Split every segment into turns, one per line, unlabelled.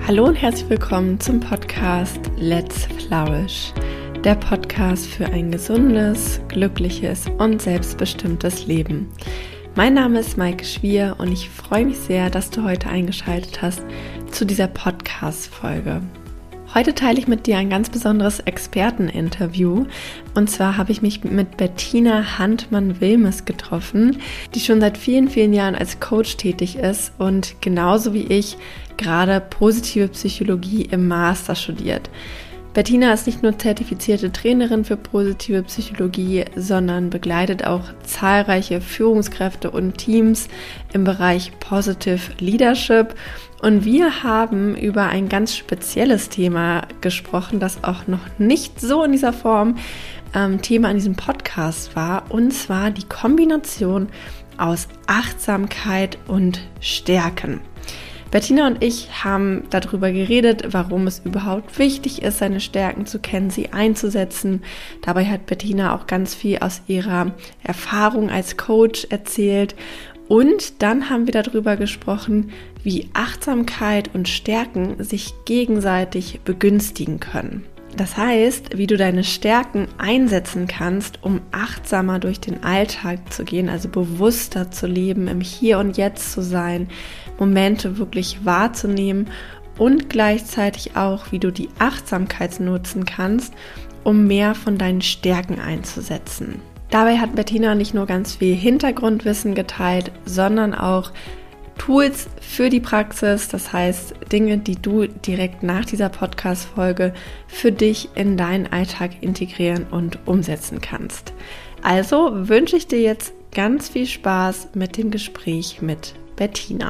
Hallo und herzlich willkommen zum Podcast Let's Flourish, der Podcast für ein gesundes, glückliches und selbstbestimmtes Leben. Mein Name ist Maike Schwier und ich freue mich sehr, dass du heute eingeschaltet hast zu dieser Podcast-Folge. Heute teile ich mit dir ein ganz besonderes Experteninterview, und zwar habe ich mich mit Bettina Handmann-Wilmes getroffen, die schon seit vielen, vielen Jahren als Coach tätig ist und genauso wie ich gerade positive Psychologie im Master studiert. Bettina ist nicht nur zertifizierte Trainerin für positive Psychologie, sondern begleitet auch zahlreiche Führungskräfte und Teams im Bereich Positive Leadership. Und wir haben über ein ganz spezielles Thema gesprochen, das auch noch nicht so in dieser Form Thema in diesem Podcast war, und zwar die Kombination aus Achtsamkeit und Stärken. Bettina und ich haben darüber geredet, warum es überhaupt wichtig ist, seine Stärken zu kennen, sie einzusetzen. Dabei hat Bettina auch ganz viel aus ihrer Erfahrung als Coach erzählt. Und dann haben wir darüber gesprochen, wie Achtsamkeit und Stärken sich gegenseitig begünstigen können. Das heißt, wie du deine Stärken einsetzen kannst, um achtsamer durch den Alltag zu gehen, also bewusster zu leben, im Hier und Jetzt zu sein, Momente wirklich wahrzunehmen und gleichzeitig auch, wie du die Achtsamkeit nutzen kannst, um mehr von deinen Stärken einzusetzen. Dabei hat Bettina nicht nur ganz viel Hintergrundwissen geteilt, sondern auch Tools für die Praxis, das heißt Dinge, die du direkt nach dieser Podcast-Folge für dich in deinen Alltag integrieren und umsetzen kannst. Also wünsche ich dir jetzt ganz viel Spaß mit dem Gespräch mit Bettina.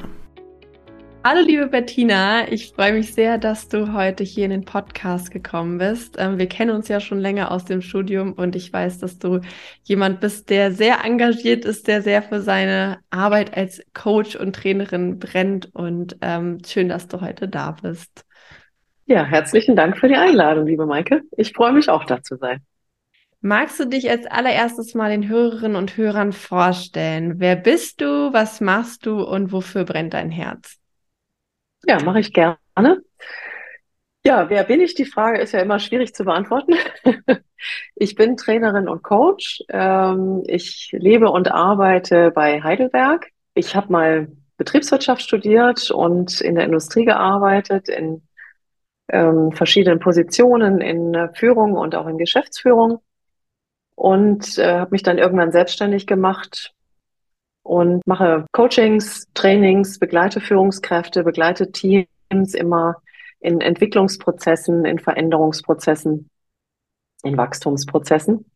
Hallo liebe Bettina, ich freue mich sehr, dass du heute hier in den Podcast gekommen bist. Wir kennen uns ja schon länger aus dem Studium und ich weiß, dass du jemand bist, der sehr engagiert ist, der sehr für seine Arbeit als Coach und Trainerin brennt, und schön, dass du heute da bist.
Ja, herzlichen Dank für die Einladung, liebe Maike. Ich freue mich auch, da zu sein.
Magst du dich als allererstes mal den Hörerinnen und Hörern vorstellen? Wer bist du, was machst du und wofür brennt dein Herz?
Ja, mache ich gerne. Ja, wer bin ich? Die Frage ist ja immer schwierig zu beantworten. Ich bin Trainerin und Coach. Ich lebe und arbeite bei Heidelberg. Ich habe mal Betriebswirtschaft studiert und in der Industrie gearbeitet, in verschiedenen Positionen in Führung und auch in Geschäftsführung, und habe mich dann irgendwann selbstständig gemacht und mache Coachings, Trainings, begleite Führungskräfte, begleite Teams immer in Entwicklungsprozessen, in Veränderungsprozessen, in Wachstumsprozessen.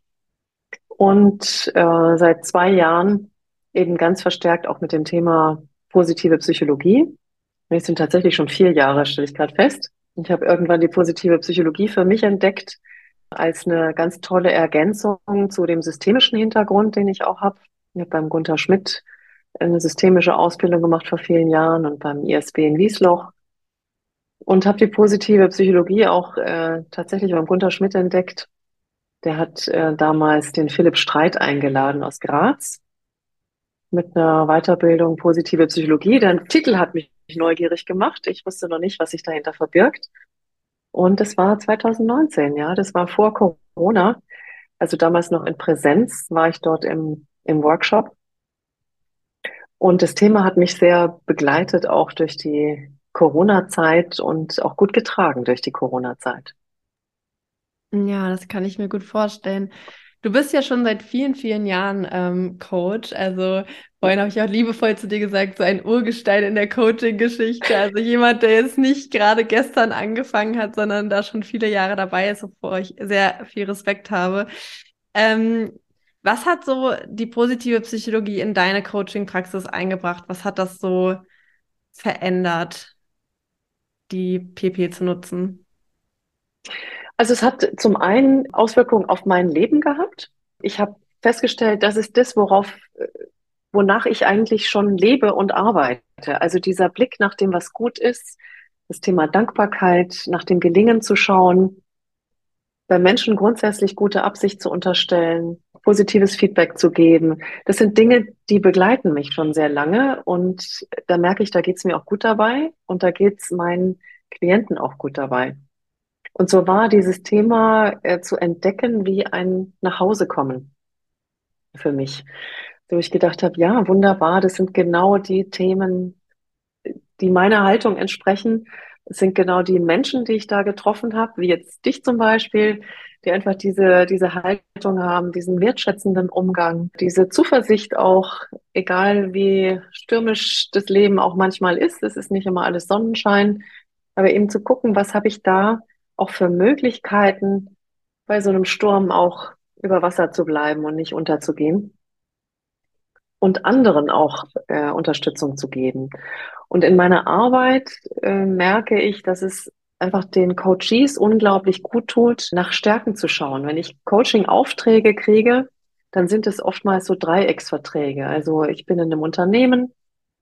Und seit 2 Jahren eben ganz verstärkt auch mit dem Thema positive Psychologie. Es sind tatsächlich schon 4 Jahre, stelle ich gerade fest. Ich habe irgendwann die positive Psychologie für mich entdeckt als eine ganz tolle Ergänzung zu dem systemischen Hintergrund, den ich auch habe. Ich habe beim Gunther Schmidt eine systemische Ausbildung gemacht vor vielen Jahren und beim ISB in Wiesloch und habe die positive Psychologie auch tatsächlich beim Gunther Schmidt entdeckt. Der hat damals den Philipp Streit eingeladen aus Graz mit einer Weiterbildung positive Psychologie. Der Titel hat mich neugierig gemacht. Ich wusste noch nicht, was sich dahinter verbirgt. Und das war 2019, ja, das war vor Corona. Also damals noch in Präsenz war ich dort im Workshop. Und das Thema hat mich sehr begleitet, auch durch die Corona-Zeit und auch gut getragen durch die Corona-Zeit.
Ja, das kann ich mir gut vorstellen. Du bist ja schon seit vielen, vielen Jahren Coach. Also vorhin habe ich auch liebevoll zu dir gesagt, so ein Urgestein in der Coaching-Geschichte. Also jemand, der jetzt nicht gerade gestern angefangen hat, sondern da schon viele Jahre dabei ist, wovor ich sehr viel Respekt habe. Ähm, Was hat so die positive Psychologie in deine Coaching-Praxis eingebracht? Was hat das so verändert, die PP zu nutzen?
Also es hat zum einen Auswirkungen auf mein Leben gehabt. Ich habe festgestellt, das ist das, wonach ich eigentlich schon lebe und arbeite. Also dieser Blick nach dem, was gut ist, das Thema Dankbarkeit, nach dem Gelingen zu schauen, bei Menschen grundsätzlich gute Absicht zu unterstellen, positives Feedback zu geben. Das sind Dinge, die begleiten mich schon sehr lange, und da merke ich, da geht's mir auch gut dabei und da geht's meinen Klienten auch gut dabei. Und so war dieses Thema zu entdecken wie ein Nachhausekommen für mich. So ich gedacht habe, ja, wunderbar, das sind genau die Themen, die meiner Haltung entsprechen. Es sind genau die Menschen, die ich da getroffen habe, wie jetzt dich zum Beispiel, die einfach diese Haltung haben, diesen wertschätzenden Umgang, diese Zuversicht auch, egal wie stürmisch das Leben auch manchmal ist, es ist nicht immer alles Sonnenschein, aber eben zu gucken, was habe ich da auch für Möglichkeiten, bei so einem Sturm auch über Wasser zu bleiben und nicht unterzugehen und anderen auch Unterstützung zu geben. Und in meiner Arbeit merke ich, dass es einfach den Coaches unglaublich gut tut, nach Stärken zu schauen. Wenn ich Coaching-Aufträge kriege, dann sind es oftmals so Dreiecksverträge. Also ich bin in einem Unternehmen,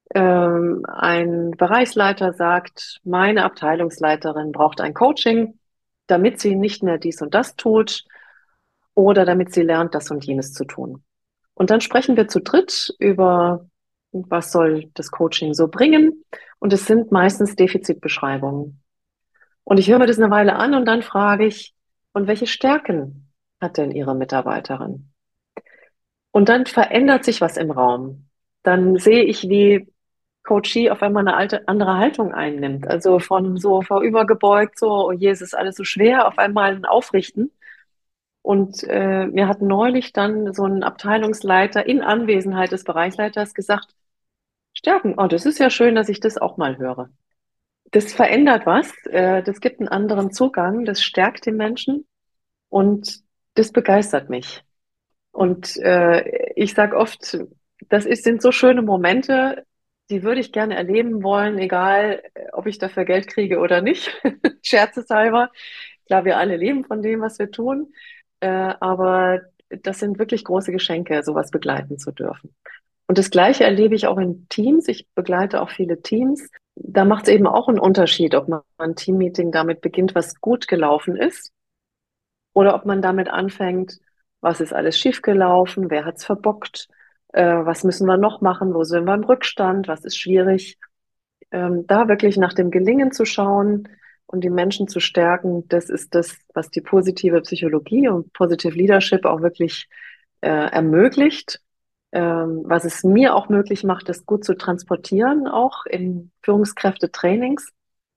ein Bereichsleiter sagt, meine Abteilungsleiterin braucht ein Coaching, damit sie nicht mehr dies und das tut oder damit sie lernt, das und jenes zu tun. Und dann sprechen wir zu dritt über, was soll das Coaching so bringen. Und es sind meistens Defizitbeschreibungen. Und ich höre mir das eine Weile an und dann frage ich, und welche Stärken hat denn Ihre Mitarbeiterin? Und dann verändert sich was im Raum. Dann sehe ich, wie Coachee auf einmal eine andere Haltung einnimmt. Also von so vorübergebeugt, so, oh je, es ist alles so schwer, auf einmal ein Aufrichten. Und mir hat neulich dann so ein Abteilungsleiter in Anwesenheit des Bereichsleiters gesagt, Stärken, oh, das ist ja schön, dass ich das auch mal höre. Das verändert was, das gibt einen anderen Zugang, das stärkt den Menschen und das begeistert mich. Und ich sage oft, sind so schöne Momente, die würde ich gerne erleben wollen, egal ob ich dafür Geld kriege oder nicht. Scherzeshalber. Klar, wir alle leben von dem, was wir tun. Aber das sind wirklich große Geschenke, sowas begleiten zu dürfen. Und das Gleiche erlebe ich auch in Teams. Ich begleite auch viele Teams. Da macht es eben auch einen Unterschied, ob man ein Teammeeting damit beginnt, was gut gelaufen ist, oder ob man damit anfängt, was ist alles schiefgelaufen, wer hat's verbockt, was müssen wir noch machen, wo sind wir im Rückstand, was ist schwierig. Da wirklich nach dem Gelingen zu schauen und die Menschen zu stärken, das ist das, was die positive Psychologie und Positive Leadership auch wirklich ermöglicht, was es mir auch möglich macht, das gut zu transportieren, auch in Führungskräftetrainings.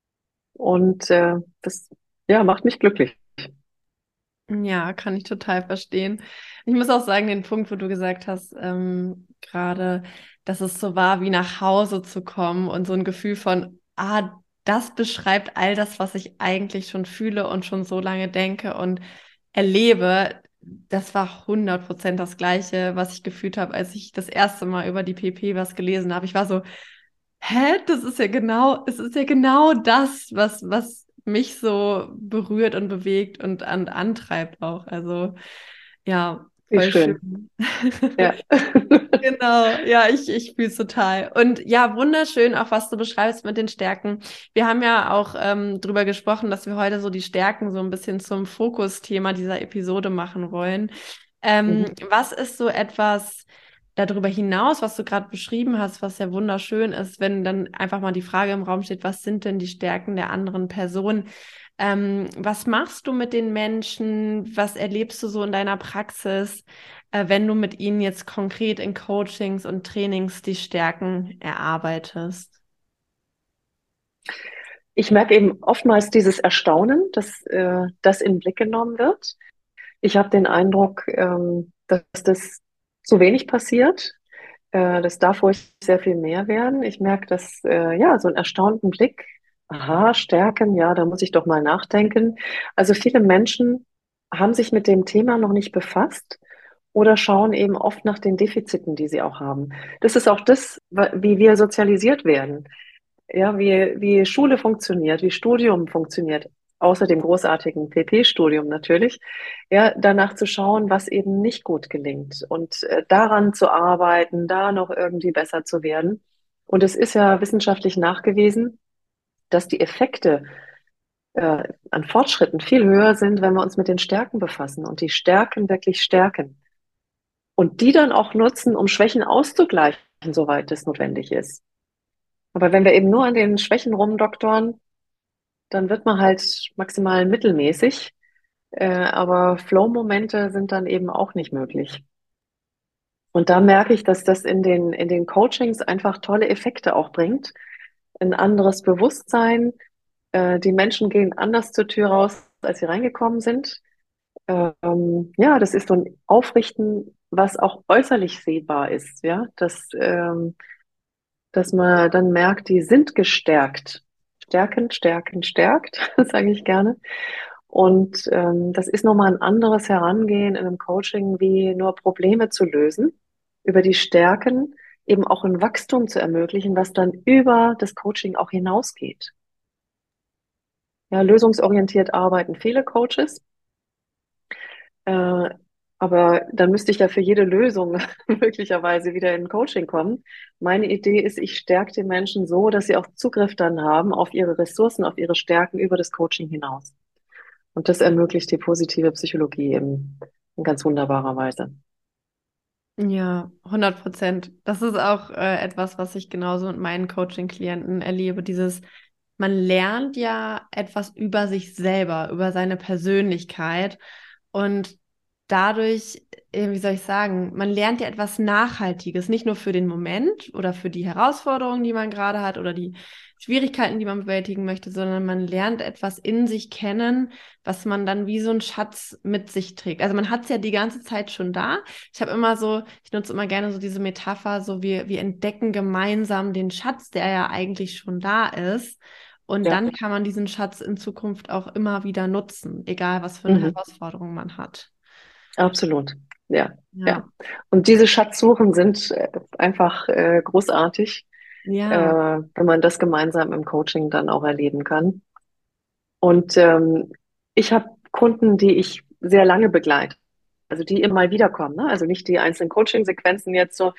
Und das ja, macht mich glücklich.
Ja, kann ich total verstehen. Ich muss auch sagen, den Punkt, wo du gesagt hast, gerade, dass es so war, wie nach Hause zu kommen und so ein Gefühl von, das beschreibt all das, was ich eigentlich schon fühle und schon so lange denke und erlebe. Das war 100% das Gleiche, was ich gefühlt habe, als ich das erste Mal über die PP was gelesen habe. Ich war so, hä, es ist ja genau das, was mich so berührt und bewegt und antreibt auch. Also ja,
Wie
voll
schön.
schön.
Ja.
Genau, ja, ich fühle es total. Und ja, wunderschön auch, was du beschreibst mit den Stärken. Wir haben ja auch drüber gesprochen, dass wir heute so die Stärken so ein bisschen zum Fokusthema dieser Episode machen wollen.
Mhm.
Was ist so etwas darüber hinaus, was du gerade beschrieben hast, was ja wunderschön ist, wenn dann einfach mal die Frage im Raum steht, was sind denn die Stärken der anderen Person? Was machst du mit den Menschen? Was erlebst du so in deiner Praxis, wenn du mit ihnen jetzt konkret in Coachings und Trainings die Stärken erarbeitest?
Ich merke eben oftmals dieses Erstaunen, dass das in den Blick genommen wird. Ich habe den Eindruck, dass das zu wenig passiert. Das darf ruhig sehr viel mehr werden. Ich merke, dass ja so einen erstaunten Blick, aha, Stärken, ja, da muss ich doch mal nachdenken. Also viele Menschen haben sich mit dem Thema noch nicht befasst oder schauen eben oft nach den Defiziten, die sie auch haben. Das ist auch das, wie wir sozialisiert werden. Ja, wie Schule funktioniert, wie Studium funktioniert, außer dem großartigen PP-Studium natürlich, ja, danach zu schauen, was eben nicht gut gelingt und daran zu arbeiten, da noch irgendwie besser zu werden. Und es ist ja wissenschaftlich nachgewiesen, dass die Effekte an Fortschritten viel höher sind, wenn wir uns mit den Stärken befassen und die Stärken wirklich stärken und die dann auch nutzen, um Schwächen auszugleichen, soweit es notwendig ist. Aber wenn wir eben nur an den Schwächen rumdoktern, dann wird man halt maximal mittelmäßig, aber Flow-Momente sind dann eben auch nicht möglich. Und da merke ich, dass das in den Coachings einfach tolle Effekte auch bringt. Ein anderes Bewusstsein. Die Menschen gehen anders zur Tür raus, als sie reingekommen sind. Ja, das ist so ein Aufrichten, was auch äußerlich sehbar ist, ja, dass man dann merkt, die sind gestärkt. Stärken, stärken, stärkt, sage ich gerne. Und das ist nochmal ein anderes Herangehen in einem Coaching, wie nur Probleme zu lösen, über die Stärken eben auch ein Wachstum zu ermöglichen, was dann über das Coaching auch hinausgeht. Ja, lösungsorientiert arbeiten viele Coaches, äh, aber dann müsste ich ja für jede Lösung möglicherweise wieder in Coaching kommen. Meine Idee ist, ich stärke die Menschen so, dass sie auch Zugriff dann haben auf ihre Ressourcen, auf ihre Stärken über das Coaching hinaus. Und das ermöglicht die positive Psychologie in ganz wunderbarer Weise.
Ja, 100%. Das ist auch etwas, was ich genauso mit meinen Coaching-Klienten erlebe. Man lernt ja etwas über sich selber, über seine Persönlichkeit und dadurch, wie soll ich sagen, man lernt ja etwas Nachhaltiges, nicht nur für den Moment oder für die Herausforderungen, die man gerade hat oder die Schwierigkeiten, die man bewältigen möchte, sondern man lernt etwas in sich kennen, was man dann wie so ein Schatz mit sich trägt. Also man hat es ja die ganze Zeit schon da. Ich nutze immer gerne so diese Metapher, so wir entdecken gemeinsam den Schatz, der ja eigentlich schon da ist. Und
Ja,
dann kann man diesen Schatz in Zukunft auch immer wieder nutzen, egal was für eine
mhm.
Herausforderung man hat.
Absolut. Ja, ja.
Ja,
Und diese Schatzsuchen sind einfach großartig,
ja,
wenn man das gemeinsam im Coaching dann auch erleben kann. Und ich habe Kunden, die ich sehr lange begleite, also die immer mal wiederkommen, ne? Also nicht die einzelnen Coaching-Sequenzen jetzt so,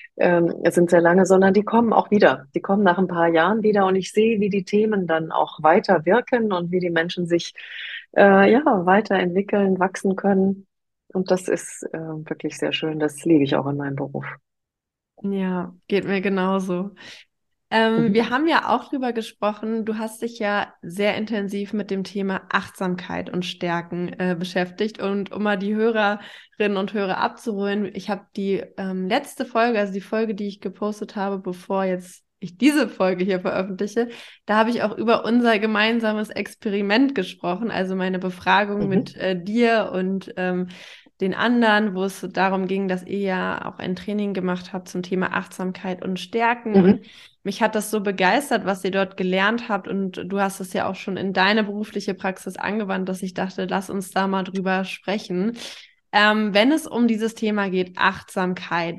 es sind sehr lange, sondern die kommen auch wieder. Die kommen nach ein paar Jahren wieder und ich sehe, wie die Themen dann auch weiter wirken und wie die Menschen sich ja weiterentwickeln, wachsen können. Und das ist wirklich sehr schön. Das liebe ich auch in meinem Beruf.
ja, geht mir genauso. Wir
Mhm.
haben ja auch drüber gesprochen, du hast dich ja sehr intensiv mit dem Thema Achtsamkeit und Stärken beschäftigt. Und um mal die Hörerinnen und Hörer abzuholen, ich habe die letzte Folge, also die Folge, die ich gepostet habe, bevor jetzt ich diese Folge hier veröffentliche, da habe ich auch über unser gemeinsames Experiment gesprochen, also meine Befragung mit
Mhm.
dir und den anderen, wo es darum ging, dass ihr ja auch ein Training gemacht habt zum Thema Achtsamkeit und Stärken. Und
Mhm.
mich hat das so begeistert, was ihr dort gelernt habt. Und du hast es ja auch schon in deine berufliche Praxis angewandt, dass ich dachte, lass uns da mal drüber sprechen. Wenn es um dieses Thema geht, Achtsamkeit,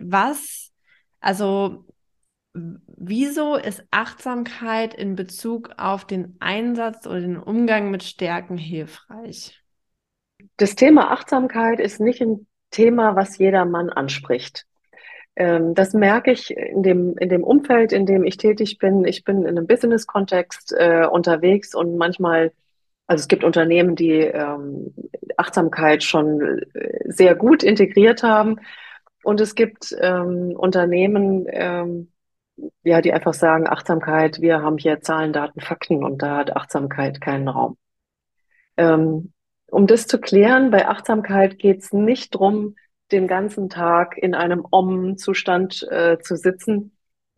also wieso ist Achtsamkeit in Bezug auf den Einsatz oder den Umgang mit Stärken hilfreich?
Das Thema Achtsamkeit ist nicht ein Thema, was jeder Mann anspricht. Das merke ich in dem Umfeld, in dem ich tätig bin. Ich bin in einem Business-Kontext unterwegs und manchmal, also es gibt Unternehmen, die Achtsamkeit schon sehr gut integriert haben. Und es gibt Unternehmen, ja, die einfach sagen, Achtsamkeit, wir haben hier Zahlen, Daten, Fakten und da hat Achtsamkeit keinen Raum. Ähm, um das zu klären, bei Achtsamkeit geht es nicht drum, den ganzen Tag in einem Om-Zustand zu sitzen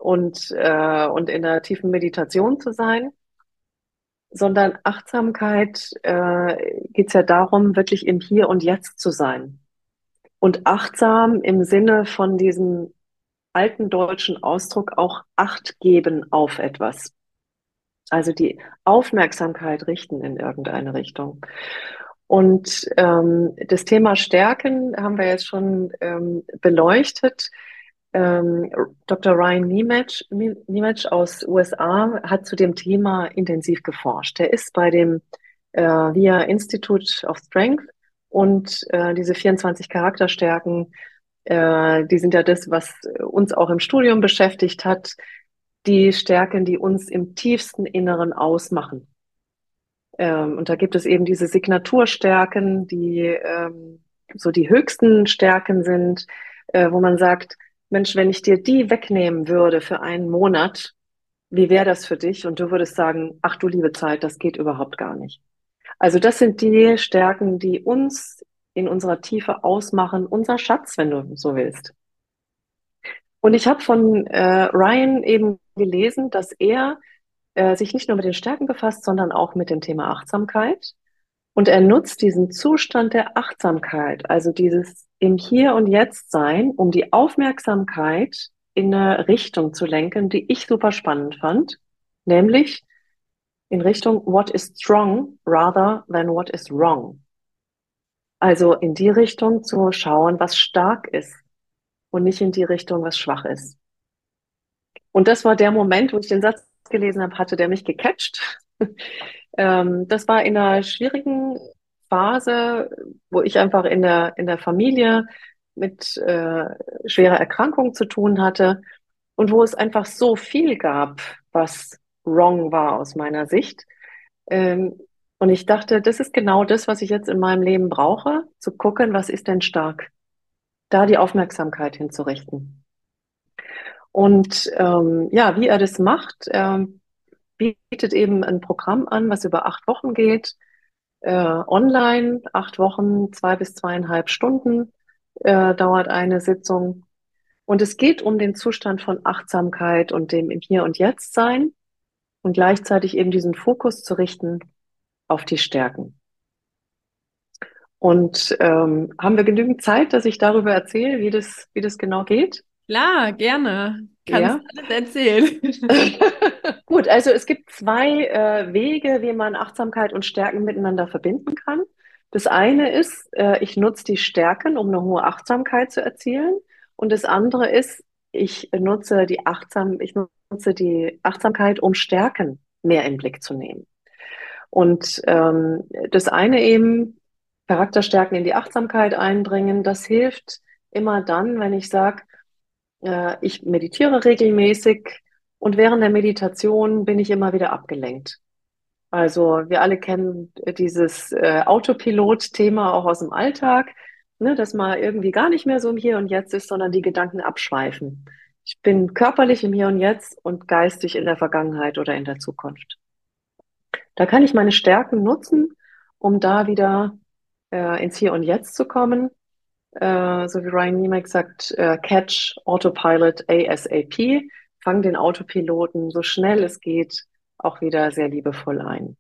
und in einer tiefen Meditation zu sein, sondern Achtsamkeit geht es ja darum, wirklich im Hier und Jetzt zu sein. Und achtsam im Sinne von diesem alten deutschen Ausdruck auch Acht geben auf etwas. Also die Aufmerksamkeit richten in irgendeine Richtung. Und das Thema Stärken haben wir jetzt schon beleuchtet. Dr. Ryan Nemec aus USA hat zu dem Thema intensiv geforscht. Er ist bei dem VIA Institute of Strength und diese 24 Charakterstärken, die sind ja das, was uns auch im Studium beschäftigt hat, die Stärken, die uns im tiefsten Inneren ausmachen. Und da gibt es eben diese Signaturstärken, die so die höchsten Stärken sind, wo man sagt, Mensch, wenn ich dir die wegnehmen würde für einen Monat, Wie wäre das für dich? Und du würdest sagen, ach du liebe Zeit, das geht überhaupt gar nicht. Also das sind die Stärken, die uns in unserer Tiefe ausmachen, unser Schatz, wenn du so willst. Und ich habe von Ryan eben gelesen, dass er sich nicht nur mit den Stärken befasst, sondern auch mit dem Thema Achtsamkeit. Und er nutzt diesen Zustand der Achtsamkeit, also dieses im Hier und Jetzt sein, um die Aufmerksamkeit in eine Richtung zu lenken, die ich super spannend fand, nämlich in Richtung What is strong rather than what is wrong. Also in die Richtung zu schauen, was stark ist und nicht in die Richtung, was schwach ist. Und das war der Moment, wo ich den Satz gelesen habe, hatte der mich gecatcht. Das war in einer schwierigen Phase, wo ich einfach in der Familie mit schwerer Erkrankung zu tun hatte und wo es einfach so viel gab, was wrong war aus meiner Sicht. Ähm, und ich dachte, das ist genau das, was ich jetzt in meinem Leben brauche, zu gucken, was ist denn stark, da die Aufmerksamkeit hinzurichten. Und ja, wie er das macht, bietet eben ein Programm an, was über 8 Wochen geht, online, 8 Wochen, 2 bis 2,5 Stunden dauert eine Sitzung. Und es geht um den Zustand von Achtsamkeit und dem im Hier und Jetzt sein und gleichzeitig eben diesen Fokus zu richten auf die Stärken. Und haben wir genügend Zeit, dass ich darüber erzähle, wie das genau geht?
Klar, gerne. Kannst
Ja.
alles erzählen.
Gut, also es gibt zwei Wege, wie man Achtsamkeit und Stärken miteinander verbinden kann. Das eine ist, ich nutze die Stärken, um eine hohe Achtsamkeit zu erzielen. Und das andere ist, ich nutze die Achtsamkeit, um Stärken mehr in den Blick zu nehmen. Und das eine eben, Charakterstärken in die Achtsamkeit einbringen, das hilft immer dann, wenn ich sage, ich meditiere regelmäßig und während der Meditation bin ich immer wieder abgelenkt. Also wir alle kennen dieses Autopilot-Thema auch aus dem Alltag, ne, dass man irgendwie gar nicht mehr so im Hier und Jetzt ist, sondern die Gedanken abschweifen. Ich bin körperlich im Hier und Jetzt und geistig in der Vergangenheit oder in der Zukunft. Da kann ich meine Stärken nutzen, um da wieder ins Hier und Jetzt zu kommen. So wie Ryan Niemeck sagt, Catch Autopilot ASAP, fang den Autopiloten so schnell es geht auch wieder sehr liebevoll ein.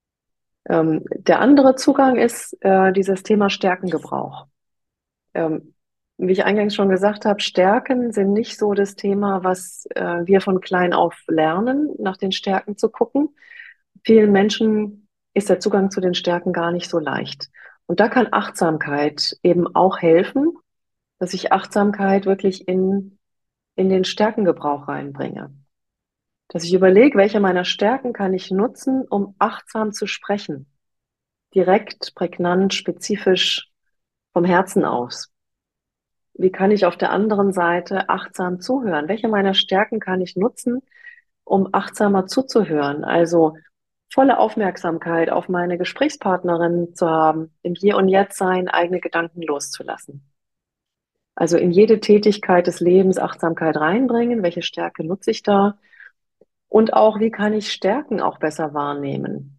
Der andere Zugang ist dieses Thema Stärkengebrauch. Ähm, Wie ich eingangs schon gesagt habe, Stärken sind nicht so das Thema, was wir von klein auf lernen, nach den Stärken zu gucken. Vielen Menschen ist der Zugang zu den Stärken gar nicht so leicht. Und da kann Achtsamkeit eben auch helfen, dass ich Achtsamkeit wirklich in den Stärkengebrauch reinbringe. Dass ich überlege, welche meiner Stärken kann ich nutzen, um achtsam zu sprechen. Direkt, prägnant, spezifisch vom Herzen aus. Wie kann ich auf der anderen Seite achtsam zuhören? Welche meiner Stärken kann ich nutzen, um achtsamer zuzuhören? Also volle Aufmerksamkeit auf meine Gesprächspartnerin zu haben, im Hier und Jetzt sein, eigene Gedanken loszulassen. Also in jede Tätigkeit des Lebens Achtsamkeit reinbringen. Welche Stärke nutze ich da? Und auch, wie kann ich Stärken auch besser wahrnehmen?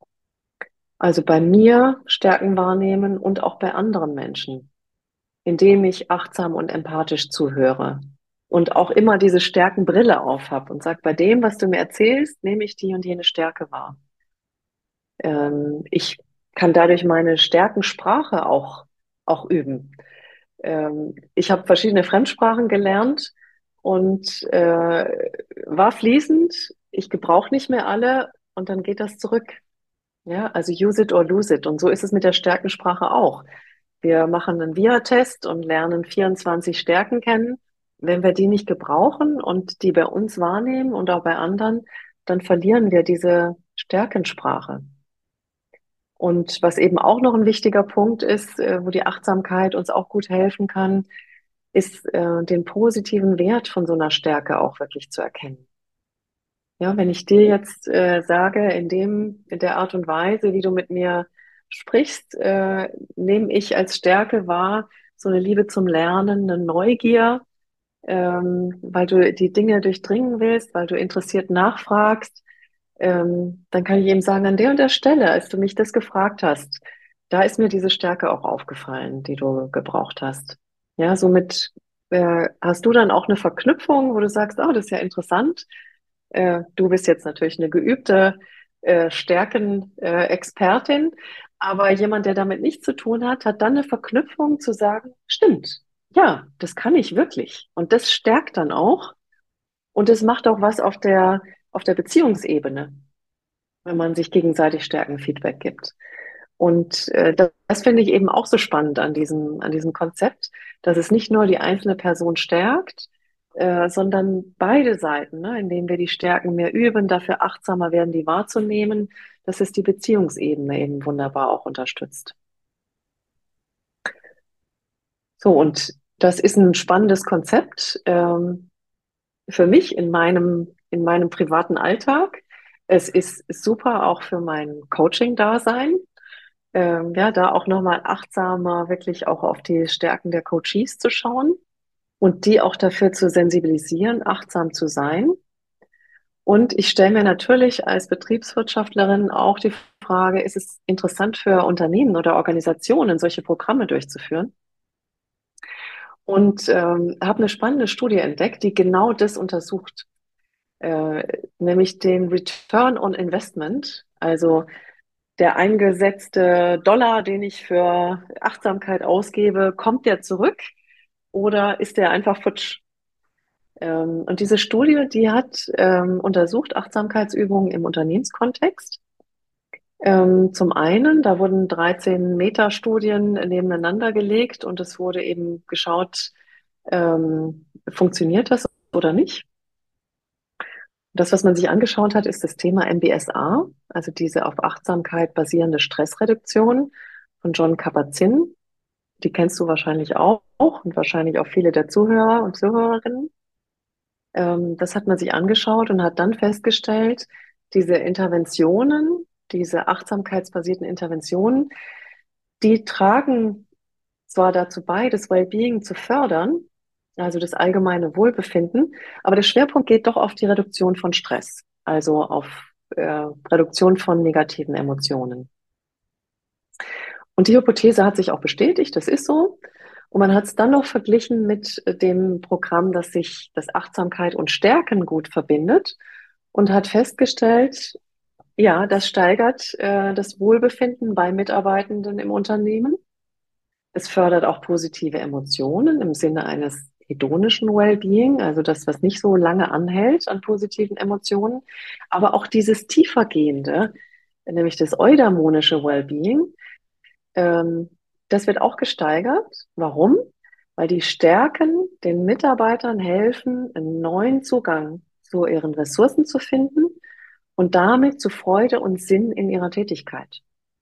Also bei mir Stärken wahrnehmen und auch bei anderen Menschen, indem ich achtsam und empathisch zuhöre und auch immer diese Stärkenbrille aufhab und sag, bei dem, was du mir erzählst, nehme ich die und jene Stärke wahr. Ich kann dadurch meine Stärkensprache auch üben. Ich habe verschiedene Fremdsprachen gelernt und war fließend. Ich gebrauche nicht mehr alle und dann geht das zurück. Ja, also use it or lose it. Und so ist es mit der Stärkensprache auch. Wir machen einen VIA-Test und lernen 24 Stärken kennen. Wenn wir die nicht gebrauchen und die bei uns wahrnehmen und auch bei anderen, dann verlieren wir diese Stärkensprache. Und was eben auch noch ein wichtiger Punkt ist, wo die Achtsamkeit uns auch gut helfen kann, ist, den positiven Wert von so einer Stärke auch wirklich zu erkennen. Ja, wenn ich dir jetzt sage, in der Art und Weise, wie du mit mir sprichst, nehme ich als Stärke wahr, so eine Liebe zum Lernen, eine Neugier, weil du die Dinge durchdringen willst, weil du interessiert nachfragst, dann kann ich eben sagen, an der und der Stelle, als du mich das gefragt hast, da ist mir diese Stärke auch aufgefallen, die du gebraucht hast. Ja, somit hast du dann auch eine Verknüpfung, wo du sagst, oh, das ist ja interessant. Du bist jetzt natürlich eine geübte Stärken-Expertin, aber jemand, der damit nichts zu tun hat, hat dann eine Verknüpfung zu sagen, stimmt, ja, das kann ich wirklich. Und das stärkt dann auch und es macht auch was auf der Beziehungsebene, wenn man sich gegenseitig Stärken-Feedback gibt. Und das finde ich eben auch so spannend an diesem Konzept, dass es nicht nur die einzelne Person stärkt, sondern beide Seiten, ne, indem wir die Stärken mehr üben, dafür achtsamer werden, die wahrzunehmen, dass es die Beziehungsebene eben wunderbar auch unterstützt. So, und das ist ein spannendes Konzept für mich in meinem privaten Alltag. Es ist super auch für mein Coaching-Dasein. Ja, da auch nochmal achtsamer wirklich auch auf die Stärken der Coaches zu schauen und die auch dafür zu sensibilisieren, achtsam zu sein. Und ich stelle mir natürlich als Betriebswirtschaftlerin auch die Frage, ist es interessant für Unternehmen oder Organisationen, solche Programme durchzuführen? Und habe eine spannende Studie entdeckt, die genau das untersucht, nämlich den Return on Investment, also der eingesetzte Dollar, den ich für Achtsamkeit ausgebe, kommt der zurück oder ist der einfach futsch? Und diese Studie, die hat untersucht Achtsamkeitsübungen im Unternehmenskontext. Zum einen, da wurden 13 Metastudien nebeneinander gelegt und es wurde eben geschaut, funktioniert das oder nicht? Das, was man sich angeschaut hat, ist das Thema MBSR, also diese auf Achtsamkeit basierende Stressreduktion von John Kabat-Zinn. Die kennst du wahrscheinlich auch und wahrscheinlich auch viele der Zuhörer und Zuhörerinnen. Das hat man sich angeschaut und hat dann festgestellt, diese Interventionen, diese achtsamkeitsbasierten Interventionen, die tragen zwar dazu bei, das Wellbeing zu fördern, also das allgemeine Wohlbefinden, aber der Schwerpunkt geht doch auf die Reduktion von Stress, also auf Reduktion von negativen Emotionen. Und die Hypothese hat sich auch bestätigt, das ist so. Und man hat es dann noch verglichen mit dem Programm, das sich das Achtsamkeit und Stärken gut verbindet und hat festgestellt, ja, das steigert das Wohlbefinden bei Mitarbeitenden im Unternehmen. Es fördert auch positive Emotionen im Sinne eines hedonischen Wellbeing, also das, was nicht so lange anhält an positiven Emotionen, aber auch dieses tiefergehende, nämlich das eudaimonische Wellbeing, ähm, das wird auch gesteigert. Warum? Weil die Stärken den Mitarbeitern helfen, einen neuen Zugang zu ihren Ressourcen zu finden und damit zu Freude und Sinn in ihrer Tätigkeit.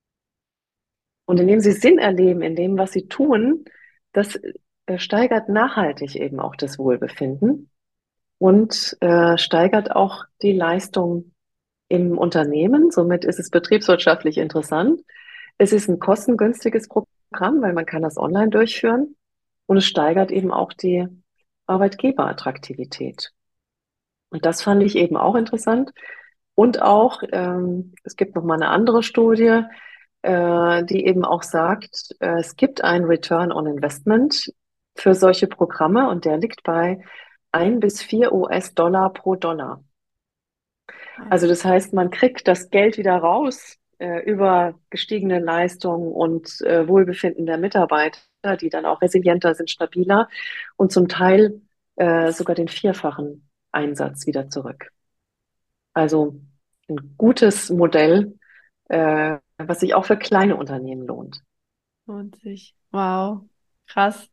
Und indem sie Sinn erleben in dem, was sie tun, das steigert nachhaltig eben auch das Wohlbefinden und steigert auch die Leistung im Unternehmen. Somit ist es betriebswirtschaftlich interessant. Es ist ein kostengünstiges Programm, weil man kann das online durchführen und es steigert eben auch die Arbeitgeberattraktivität. Und das fand ich eben auch interessant. Und auch, es gibt noch mal eine andere Studie, die eben auch sagt, es gibt einen Return on Investment für solche Programme und der liegt bei 1 bis 4 US-Dollar pro Dollar. Also das heißt, man kriegt das Geld wieder raus über gestiegene Leistung und Wohlbefinden der Mitarbeiter, die dann auch resilienter sind, stabiler und zum Teil sogar den vierfachen Einsatz wieder zurück. Also ein gutes Modell, was sich auch für kleine Unternehmen lohnt.
Lohnt sich. Wow, krass.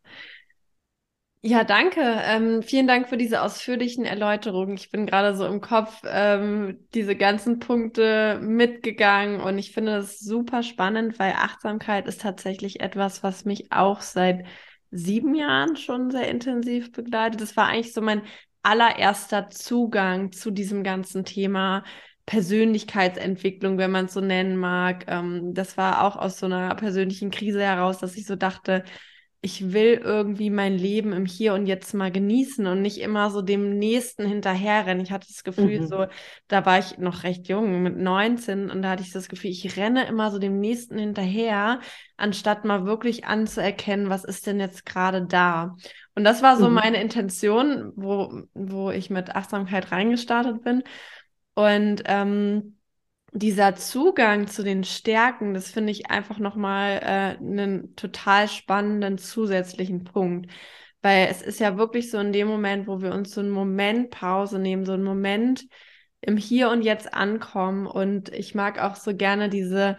Ja, danke. Vielen Dank für diese ausführlichen Erläuterungen. Ich bin gerade so im Kopf diese ganzen Punkte mitgegangen und ich finde es super spannend, weil Achtsamkeit ist tatsächlich etwas, was mich auch seit 7 Jahren schon sehr intensiv begleitet. Das war eigentlich so mein allererster Zugang zu diesem ganzen Thema Persönlichkeitsentwicklung, wenn man es so nennen mag. Das war auch aus so einer persönlichen Krise heraus, dass ich so dachte, ich will irgendwie mein Leben im Hier und Jetzt mal genießen und nicht immer so dem Nächsten hinterherrennen. Ich hatte das Gefühl,
Mhm.
so, da war ich noch recht jung, mit 19, und da hatte ich das Gefühl, ich renne immer so dem Nächsten hinterher, anstatt mal wirklich anzuerkennen, was ist denn jetzt gerade da. Und das war so
Mhm.
meine Intention, wo ich mit Achtsamkeit reingestartet bin. Und dieser Zugang zu den Stärken, das finde ich einfach nochmal einen total spannenden zusätzlichen Punkt. Weil es ist ja wirklich so in dem Moment, wo wir uns so einen Moment Pause nehmen, so einen Moment im Hier und Jetzt ankommen. Und ich mag auch so gerne diese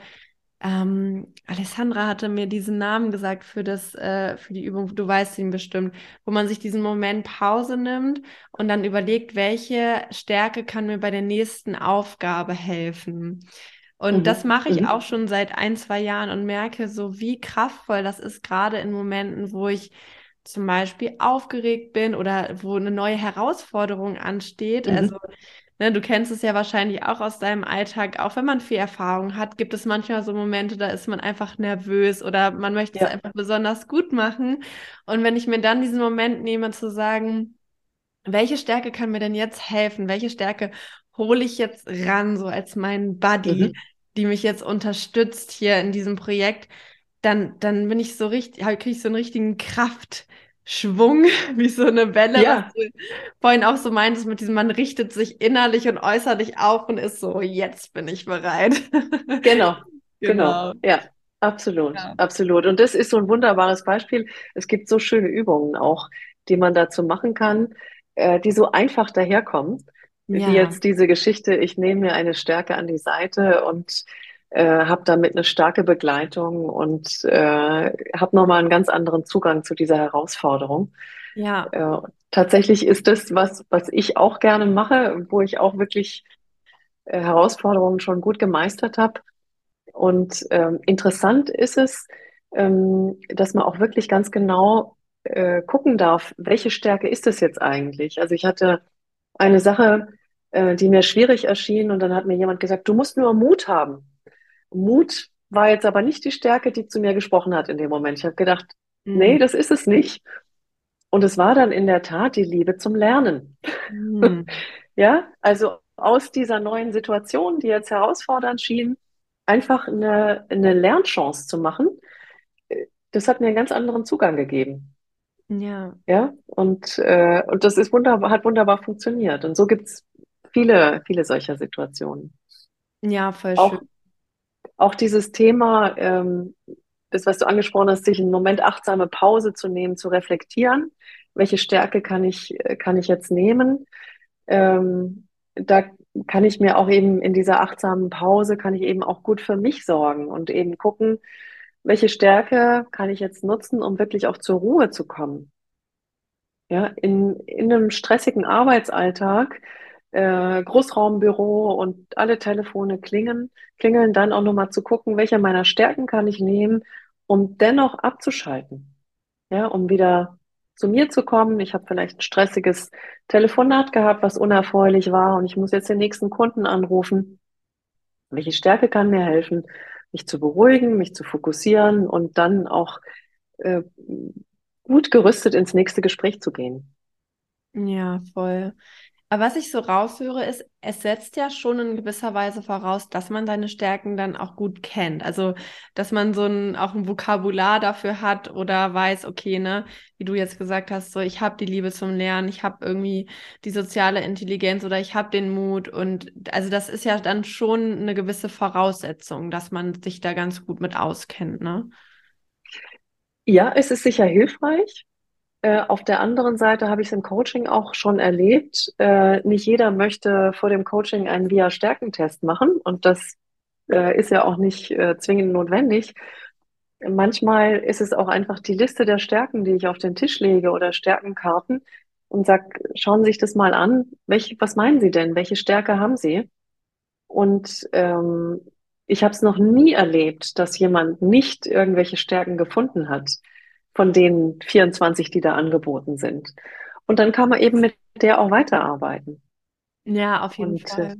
Alessandra hatte mir diesen Namen gesagt für die Übung, du weißt ihn bestimmt, wo man sich diesen Moment Pause nimmt und dann überlegt, welche Stärke kann mir bei der nächsten Aufgabe helfen. Und das
Mhm.
mache ich
Mhm.
auch schon seit ein, zwei Jahren und merke so, wie kraftvoll das ist, gerade in Momenten, wo ich zum Beispiel aufgeregt bin oder wo eine neue Herausforderung ansteht. Also
Mhm.
ne, du kennst es ja wahrscheinlich auch aus deinem Alltag, auch wenn man viel Erfahrung hat, gibt es manchmal so Momente, da ist man einfach nervös oder man möchte es
Ja.
einfach besonders gut machen. Und wenn ich mir dann diesen Moment nehme, zu sagen, welche Stärke kann mir denn jetzt helfen? Welche Stärke hole ich jetzt ran, so als mein Buddy,
Mhm.
die mich jetzt unterstützt hier in diesem Projekt? Dann bin ich so richtig, kriege ich so einen richtigen Kraftschwung, wie so eine Welle, was
Ja,
du vorhin auch so meintest mit diesem, man richtet sich innerlich und äußerlich auf und ist so, jetzt bin ich bereit.
genau, genau.
Genau.
Ja, absolut,
Ja.
absolut. Und das ist so ein wunderbares Beispiel. Es gibt so schöne Übungen auch, die man dazu machen kann, die so einfach daherkommen, wie
Ja,
jetzt diese Geschichte, ich nehme mir eine Stärke an die Seite und habe damit eine starke Begleitung und habe nochmal einen ganz anderen Zugang zu dieser Herausforderung.
ja,
Äh, Tatsächlich ist das, was ich auch gerne mache, wo ich auch wirklich Herausforderungen schon gut gemeistert habe. Und interessant ist es, dass man auch wirklich ganz genau gucken darf, welche Stärke ist es jetzt eigentlich? Also ich hatte eine Sache, die mir schwierig erschien, und dann hat mir jemand gesagt, du musst nur Mut haben. Mut war jetzt aber nicht die Stärke, die zu mir gesprochen hat in dem Moment. Ich habe gedacht,
mm,
nee, das ist es nicht. Und es war dann in der Tat die Liebe zum Lernen.
mm,
Ja, also aus dieser neuen Situation, die jetzt herausfordernd schien, einfach eine Lernchance zu machen, das hat mir einen ganz anderen Zugang gegeben.
ja,
Ja, und das ist wunderbar, hat wunderbar funktioniert. Und so gibt's viele, viele solcher Situationen.
ja, voll schön.
Auch, auch dieses Thema, das, was du angesprochen hast, sich einen Moment achtsame Pause zu nehmen, zu reflektieren. Welche Stärke kann ich jetzt nehmen? Da kann ich mir auch eben in dieser achtsamen Pause, kann ich eben auch gut für mich sorgen und eben gucken, welche Stärke kann ich jetzt nutzen, um wirklich auch zur Ruhe zu kommen. Ja, in einem stressigen Arbeitsalltag, Großraumbüro und alle Telefone klingeln dann auch nochmal zu gucken, welche meiner Stärken kann ich nehmen, um dennoch abzuschalten. Ja, um wieder zu mir zu kommen. Ich habe vielleicht ein stressiges Telefonat gehabt, was unerfreulich war, und ich muss jetzt den nächsten Kunden anrufen. Welche Stärke kann mir helfen, mich zu beruhigen, mich zu fokussieren und dann auch äh, gut gerüstet ins nächste Gespräch zu gehen?
Ja, voll. Aber was ich so raushöre, ist, es setzt ja schon in gewisser Weise voraus, dass man seine Stärken dann auch gut kennt. Also, dass man so auch ein Vokabular dafür hat oder weiß, okay, ne, wie du jetzt gesagt hast, so, ich habe die Liebe zum Lernen, ich habe irgendwie die soziale Intelligenz oder ich habe den Mut. Und also, das ist ja dann schon eine gewisse Voraussetzung, dass man sich da ganz gut mit auskennt, ne?
Ja, es ist sicher hilfreich. Auf der anderen Seite habe ich es im Coaching auch schon erlebt. Nicht jeder möchte vor dem Coaching einen VIA-Stärkentest machen, und das ist ja auch nicht zwingend notwendig. Manchmal ist es auch einfach die Liste der Stärken, die ich auf den Tisch lege, oder Stärkenkarten, und sag, schauen Sie sich das mal an. Was meinen Sie denn? Welche Stärke haben Sie? Und ich habe es noch nie erlebt, dass jemand nicht irgendwelche Stärken gefunden hat von den 24, die da angeboten sind. Und dann kann man eben mit der auch weiterarbeiten.
Ja, auf jeden
Und
Fall.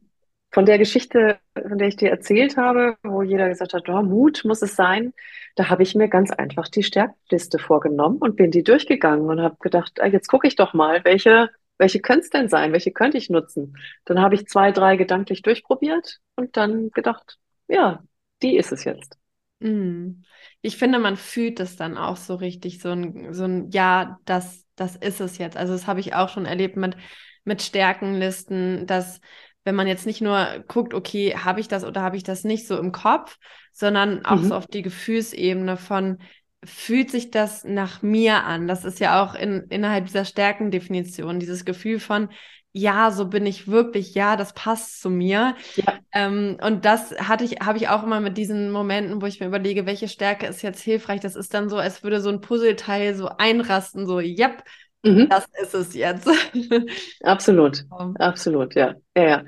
von der Geschichte, von der ich dir erzählt habe, wo jeder gesagt hat, oh, Mut muss es sein, da habe ich mir ganz einfach die Stärkenliste vorgenommen und bin die durchgegangen und habe gedacht, jetzt gucke ich doch mal, welche könnte es denn sein, welche könnte ich nutzen. Dann habe ich zwei, drei gedanklich durchprobiert und dann gedacht, ja, die ist es jetzt.
Mm. Ich finde, man fühlt es dann auch so richtig, so ein ja, das ist es jetzt. Also das habe ich auch schon erlebt mit Stärkenlisten, dass wenn man jetzt nicht nur guckt, okay, habe ich das oder habe ich das nicht so im Kopf, sondern auch so
Mhm.
auf die Gefühlsebene von, fühlt sich das nach mir an? Das ist ja auch innerhalb dieser Stärkendefinition, dieses Gefühl von, ja, so bin ich wirklich, ja, das passt zu mir.
Ja.
Und das habe ich auch immer mit diesen Momenten, wo ich mir überlege, welche Stärke ist jetzt hilfreich. Das ist dann so, als würde so ein Puzzleteil so einrasten, so, yep,
Mhm.
das ist es jetzt.
Absolut,
Um,
absolut, ja, ja, ja.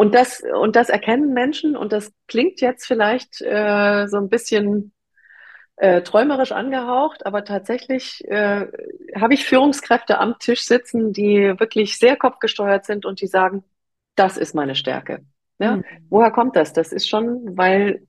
Und das erkennen Menschen und das klingt jetzt vielleicht so ein bisschen träumerisch angehaucht, aber tatsächlich habe ich Führungskräfte am Tisch sitzen, die wirklich sehr kopfgesteuert sind und die sagen, das ist meine Stärke. Ja?
mm.
Woher kommt das? Das ist schon, weil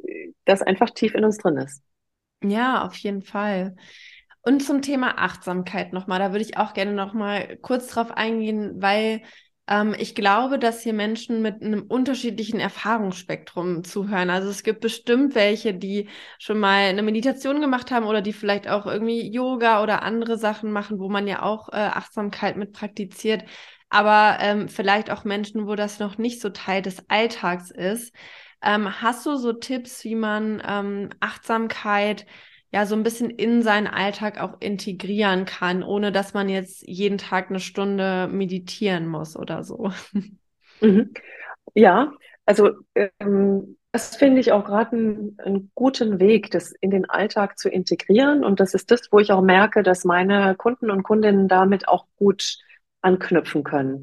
das einfach tief in uns drin ist.
Ja, auf jeden Fall. Und zum Thema Achtsamkeit nochmal, da würde ich auch gerne nochmal kurz drauf eingehen, weil ich glaube, dass hier Menschen mit einem unterschiedlichen Erfahrungsspektrum zuhören. Also es gibt bestimmt welche, die schon mal eine Meditation gemacht haben oder die vielleicht auch irgendwie Yoga oder andere Sachen machen, wo man ja auch Achtsamkeit mit praktiziert. Aber vielleicht auch Menschen, wo das noch nicht so Teil des Alltags ist. Hast du so Tipps, wie man Achtsamkeit ja so ein bisschen in seinen Alltag auch integrieren kann, ohne dass man jetzt jeden Tag eine Stunde meditieren muss oder so?
Mhm. Ja, also das finde ich auch gerade einen guten Weg, das in den Alltag zu integrieren. Und das ist das, wo ich auch merke, dass meine Kunden und Kundinnen damit auch gut anknüpfen können.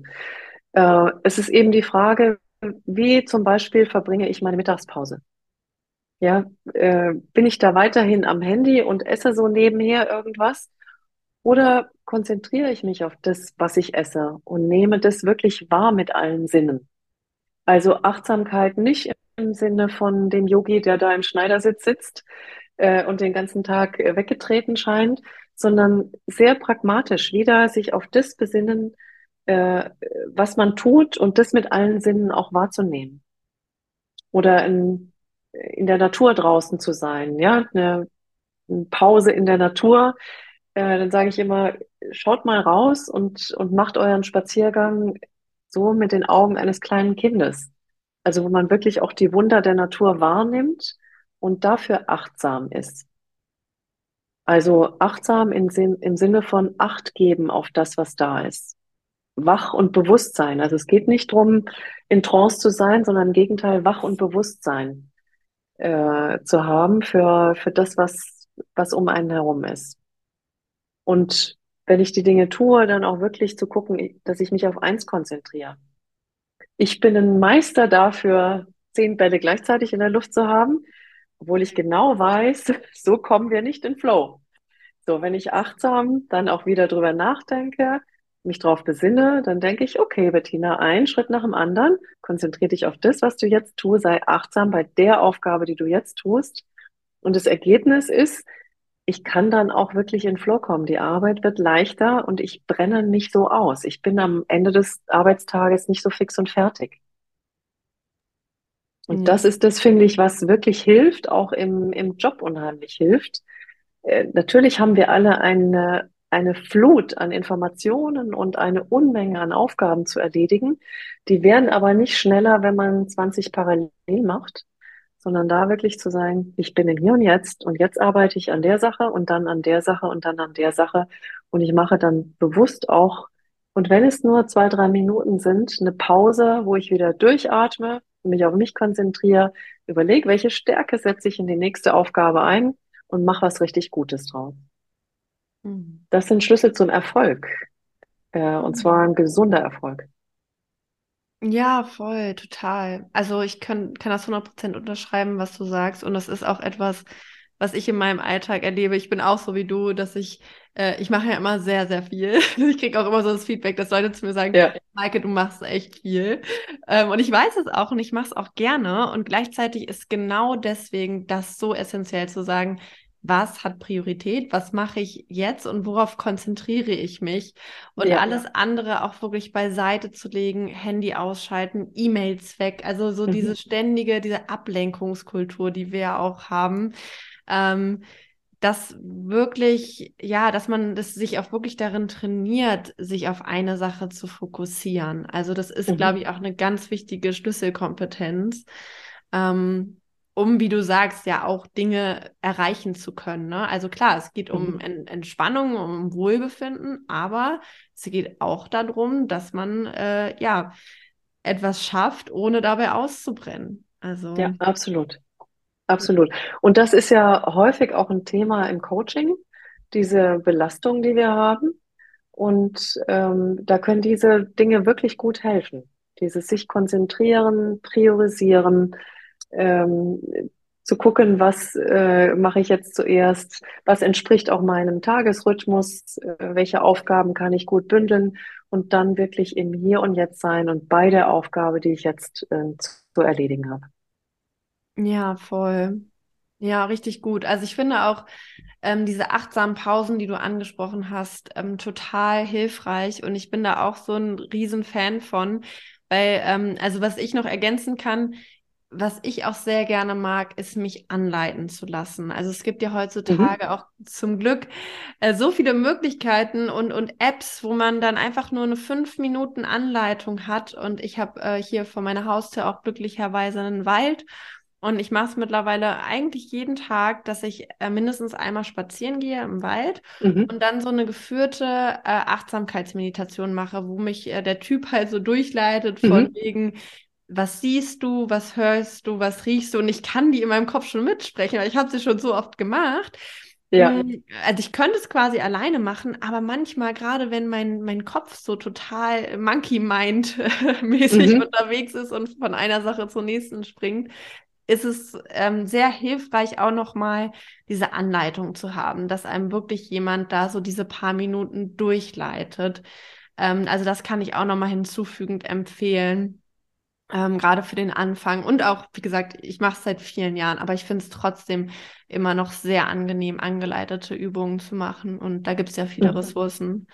Es ist eben die Frage, wie zum Beispiel verbringe ich meine Mittagspause? Ja, bin ich da weiterhin am Handy und esse so nebenher irgendwas? Oder konzentriere ich mich auf das, was ich esse und nehme das wirklich wahr mit allen Sinnen? Also Achtsamkeit nicht im Sinne von dem Yogi, der da im Schneidersitz sitzt und den ganzen Tag weggetreten scheint, sondern sehr pragmatisch wieder sich auf das besinnen, äh, was man tut und das mit allen Sinnen auch wahrzunehmen. Oder in der Natur draußen zu sein, ja, eine Pause in der Natur. Dann sage ich immer, schaut mal raus und macht euren Spaziergang so mit den Augen eines kleinen Kindes. Also wo man wirklich auch die Wunder der Natur wahrnimmt und dafür achtsam ist. Also achtsam im Sinne von Acht geben auf das, was da ist. Wach und bewusst sein. Also es geht nicht darum, in Trance zu sein, sondern im Gegenteil, wach und Bewusstsein zu haben für das, was um einen herum ist. Und wenn ich die Dinge tue, dann auch wirklich zu gucken, dass ich mich auf eins konzentriere. Ich bin ein Meister dafür, 10 Bälle gleichzeitig in der Luft zu haben, obwohl ich genau weiß, so kommen wir nicht in Flow. So, wenn ich achtsam dann auch wieder drüber nachdenke, mich drauf besinne, dann denke ich, okay, Bettina, ein Schritt nach dem anderen, konzentriere dich auf das, was du jetzt tust, sei achtsam bei der Aufgabe, die du jetzt tust. Und das Ergebnis ist, ich kann dann auch wirklich in Flow kommen. Die Arbeit wird leichter und ich brenne nicht so aus. Ich bin am Ende des Arbeitstages nicht so fix und fertig. Und
Ja.
das ist das, finde ich, was wirklich hilft, auch im Job unheimlich hilft. Natürlich haben wir alle eine Flut an Informationen und eine Unmenge an Aufgaben zu erledigen. Die werden aber nicht schneller, wenn man 20 parallel macht, sondern da wirklich zu sagen, ich bin im Hier und jetzt arbeite ich an der Sache und dann an der Sache und dann an der Sache und ich mache dann bewusst auch, und wenn es nur 2, 3 Minuten sind, eine Pause, wo ich wieder durchatme, mich auf mich konzentriere, überlege, welche Stärke setze ich in die nächste Aufgabe ein und mache was richtig Gutes draus.
Mhm.
Das sind Schlüssel zum Erfolg, und zwar
Mhm.
ein gesunder Erfolg.
Ja, voll, total. Also ich kann das 100% unterschreiben, was du sagst. Und das ist auch etwas, was ich in meinem Alltag erlebe. Ich bin auch so wie du, dass ich mache ja immer sehr, sehr viel. Ich kriege auch immer so das Feedback, dass Leute zu mir sagen,
Ja.
Maike, du machst echt viel. Und ich weiß es auch und ich mache es auch gerne. Und gleichzeitig ist genau deswegen das so essentiell zu sagen, was hat Priorität, was mache ich jetzt und worauf konzentriere ich mich und
Ja.
alles andere auch wirklich beiseite zu legen, Handy ausschalten, E-Mails weg, also so
Mhm.
diese Ablenkungskultur, die wir ja auch haben, ähm, dass wirklich, ja, dass man das sich auch wirklich darin trainiert, sich auf eine Sache zu fokussieren. Also das ist, glaube
Mhm.
ich, auch eine ganz wichtige Schlüsselkompetenz. Ähm, um, wie du sagst, ja auch Dinge erreichen zu können. Ne? Also klar, es geht um
Mhm.
Entspannung, um Wohlbefinden, aber es geht auch darum, dass man ja etwas schafft, ohne dabei auszubrennen.
Ja,
Also
absolut. Absolut. Und das ist ja häufig auch ein Thema im Coaching, diese Belastung, die wir haben. Und da können diese Dinge wirklich gut helfen. Dieses sich konzentrieren, priorisieren, ähm, zu gucken, was mache ich jetzt zuerst, was entspricht auch meinem Tagesrhythmus, welche Aufgaben kann ich gut bündeln und dann wirklich im Hier und Jetzt sein und bei der Aufgabe, die ich jetzt zu erledigen habe.
ja, voll. Ja, richtig gut. Also ich finde auch diese achtsamen Pausen, die du angesprochen hast, total hilfreich. Und ich bin da auch so ein Riesenfan von, weil, also was ich noch ergänzen kann, was ich auch sehr gerne mag, ist mich anleiten zu lassen. Also es gibt ja
Mhm.
heutzutage auch zum Glück so viele Möglichkeiten und Apps, wo man dann einfach nur eine 5 Minuten Anleitung hat. Und ich habe hier vor meiner Haustür auch glücklicherweise einen Wald. Und ich mache es mittlerweile eigentlich jeden Tag, dass ich mindestens einmal spazieren gehe im Wald
Mhm.
und dann so eine geführte Achtsamkeitsmeditation mache, wo mich der Typ halt so durchleitet von
Mhm.
wegen, was siehst du, was hörst du, was riechst du? Und ich kann die in meinem Kopf schon mitsprechen, weil ich habe sie schon so oft gemacht.
Ja.
Also ich könnte es quasi alleine machen, aber manchmal, gerade wenn mein Kopf so total Monkey Mind mäßig
Mhm.
unterwegs ist und von einer Sache zur nächsten springt, ist es sehr hilfreich, auch nochmal diese Anleitung zu haben, dass einem wirklich jemand da so diese paar Minuten durchleitet. Also das kann ich auch nochmal hinzufügend empfehlen, gerade für den Anfang. Und auch, wie gesagt, ich mache es seit vielen Jahren, aber ich finde es trotzdem immer noch sehr angenehm, angeleitete Übungen zu machen. Und da gibt es ja viele
Mhm.
Ressourcen.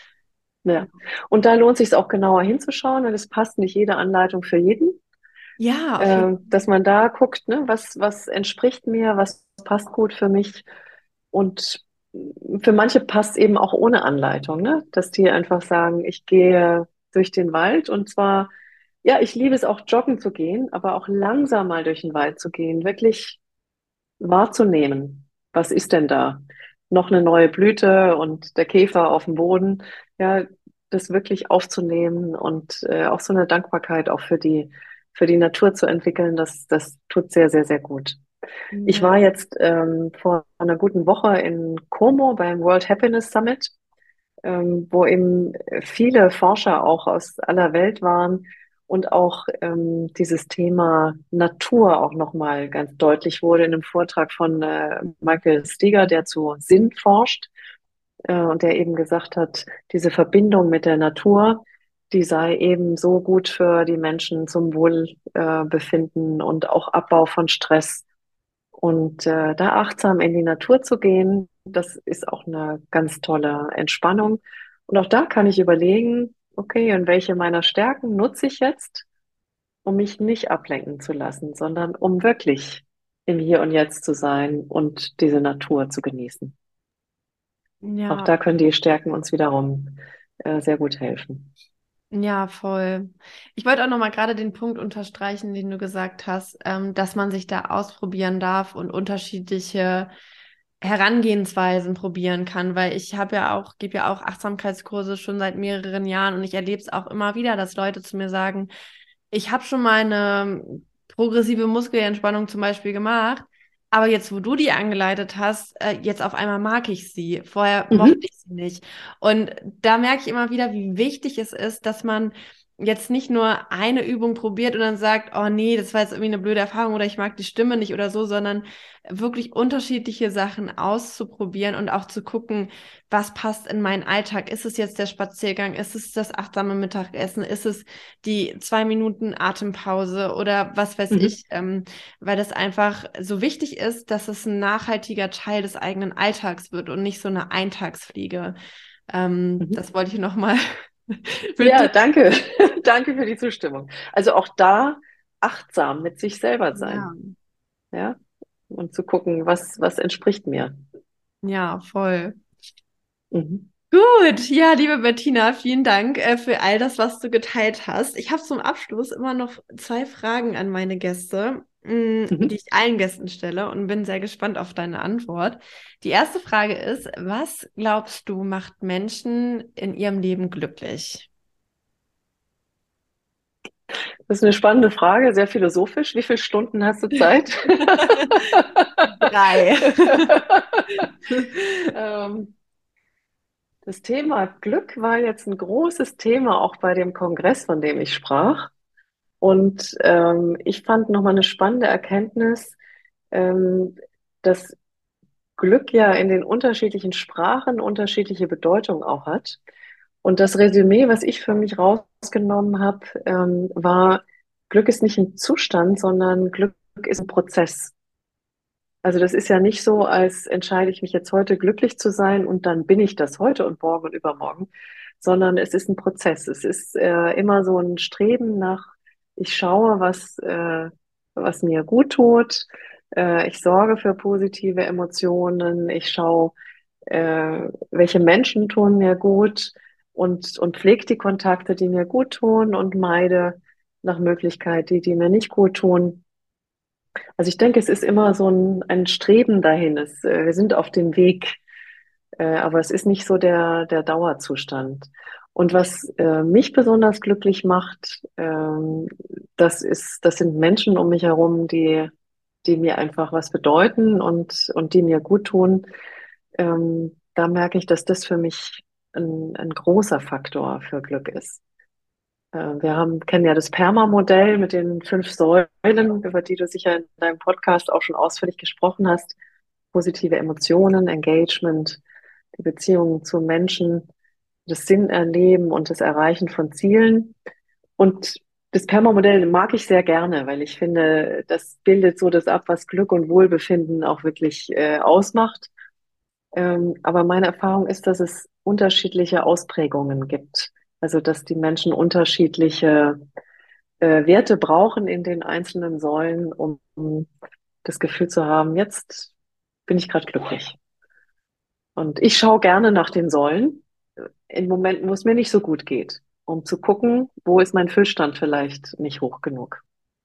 Ja. Und da lohnt sich auch genauer hinzuschauen, weil es passt nicht jede Anleitung für jeden.
Ja, auf jeden
Dass man da guckt, ne, was entspricht mir, was passt gut für mich. Und für manche passt eben auch ohne Anleitung, ne? Dass die einfach sagen, ich gehe durch den Wald und zwar, ja, ich liebe es auch joggen zu gehen, aber auch langsam mal durch den Wald zu gehen, wirklich wahrzunehmen. Was ist denn da? Noch eine neue Blüte und der Käfer auf dem Boden. Ja, das wirklich aufzunehmen und auch so eine Dankbarkeit auch für die Natur zu entwickeln, das tut sehr, sehr, sehr gut. Ich
Fall.
war jetzt vor einer guten Woche in Como beim World Happiness Summit, wo eben viele Forscher auch aus aller Welt waren und auch dieses Thema Natur auch nochmal ganz deutlich wurde in einem Vortrag von Michael Steger, der zu Sinn forscht und der eben gesagt hat, diese Verbindung mit der Natur, die sei eben so gut für die Menschen zum Wohlbefinden und auch Abbau von Stress. Und da achtsam in die Natur zu gehen, das ist auch eine ganz tolle Entspannung. Und auch da kann ich überlegen, okay, und welche meiner Stärken nutze ich jetzt, um mich nicht ablenken zu lassen, sondern um wirklich im Hier und Jetzt zu sein und diese Natur zu genießen. Auch
Ja,
da können die Stärken uns wiederum sehr gut helfen.
ja, voll. Ich wollte auch noch mal gerade den Punkt unterstreichen, den du gesagt hast, dass man sich da ausprobieren darf und unterschiedliche Herangehensweisen probieren kann, weil ich gebe ja auch Achtsamkeitskurse schon seit mehreren Jahren und ich erlebe es auch immer wieder, dass Leute zu mir sagen, ich habe schon mal eine progressive Muskelentspannung zum Beispiel gemacht, aber jetzt, wo du die angeleitet hast, jetzt auf einmal mag ich sie. Vorher mochte
Mhm.
ich sie nicht. Und da merke ich immer wieder, wie wichtig es ist, dass man jetzt nicht nur eine Übung probiert und dann sagt, oh nee, das war jetzt irgendwie eine blöde Erfahrung oder ich mag die Stimme nicht oder so, sondern wirklich unterschiedliche Sachen auszuprobieren und auch zu gucken, was passt in meinen Alltag. Ist es jetzt der Spaziergang? Ist es das achtsame Mittagessen? Ist es die 2 Minuten Atempause oder was weiß
Mhm.
ich? Weil das einfach so wichtig ist, dass es ein nachhaltiger Teil des eigenen Alltags wird und nicht so eine Eintagsfliege.
Mhm.
Das wollte ich nochmal mit
Ja,
dir.
danke. Danke für die Zustimmung. Also auch da achtsam mit sich selber
Ja,
sein, ja, und zu gucken, was entspricht mir.
ja, voll.
Mhm.
Gut, ja, liebe Bettina, vielen Dank für all das, was du geteilt hast. Ich habe zum Abschluss immer noch 2 Fragen an meine Gäste, die
Mhm.
ich allen Gästen stelle und bin sehr gespannt auf deine Antwort. Die erste Frage ist, was glaubst du, macht Menschen in ihrem Leben glücklich?
Das ist eine spannende Frage, sehr philosophisch. Wie viele Stunden hast du Zeit?
3.
Ähm, Das Thema Glück war jetzt ein großes Thema auch bei dem Kongress, von dem ich sprach. Und ich fand nochmal eine spannende Erkenntnis, ähm, dass Glück ja in den unterschiedlichen Sprachen unterschiedliche Bedeutung auch hat. Und das Resümee, was ich für mich rausgenommen habe, war, Glück ist nicht ein Zustand, sondern Glück ist ein Prozess. Also das ist ja nicht so, als entscheide ich mich jetzt heute glücklich zu sein und dann bin ich das heute und morgen und übermorgen, sondern es ist ein Prozess. Es ist immer so ein Streben nach, ich schaue, was mir gut tut. Ich sorge für positive Emotionen. Ich schaue, welche Menschen tun mir gut und pflege die Kontakte, die mir gut tun und meide nach Möglichkeit die mir nicht gut tun. Also ich denke, es ist immer so ein Streben dahin. Wir sind auf dem Weg, aber es ist nicht so der Dauerzustand. Und was mich besonders glücklich macht, das sind Menschen um mich herum, die mir einfach was bedeuten und die mir gut tun. Da merke ich, dass das für mich ein großer Faktor für Glück ist. Kennen ja das PERMA-Modell mit den 5 Säulen, über die du sicher in deinem Podcast auch schon ausführlich gesprochen hast. Positive Emotionen, Engagement, die Beziehungen zu Menschen, das Sinnerleben und das Erreichen von Zielen. Und das PERMA-Modell mag ich sehr gerne, weil ich finde, das bildet so das ab, was Glück und Wohlbefinden auch wirklich ausmacht. Aber meine Erfahrung ist, dass es unterschiedliche Ausprägungen gibt. Also, dass die Menschen unterschiedliche Werte brauchen in den einzelnen Säulen, um das Gefühl zu haben, jetzt bin ich gerade glücklich. Und ich schaue gerne nach den Säulen in Momenten, wo es mir nicht so gut geht, um zu gucken, wo ist mein Füllstand vielleicht nicht hoch genug.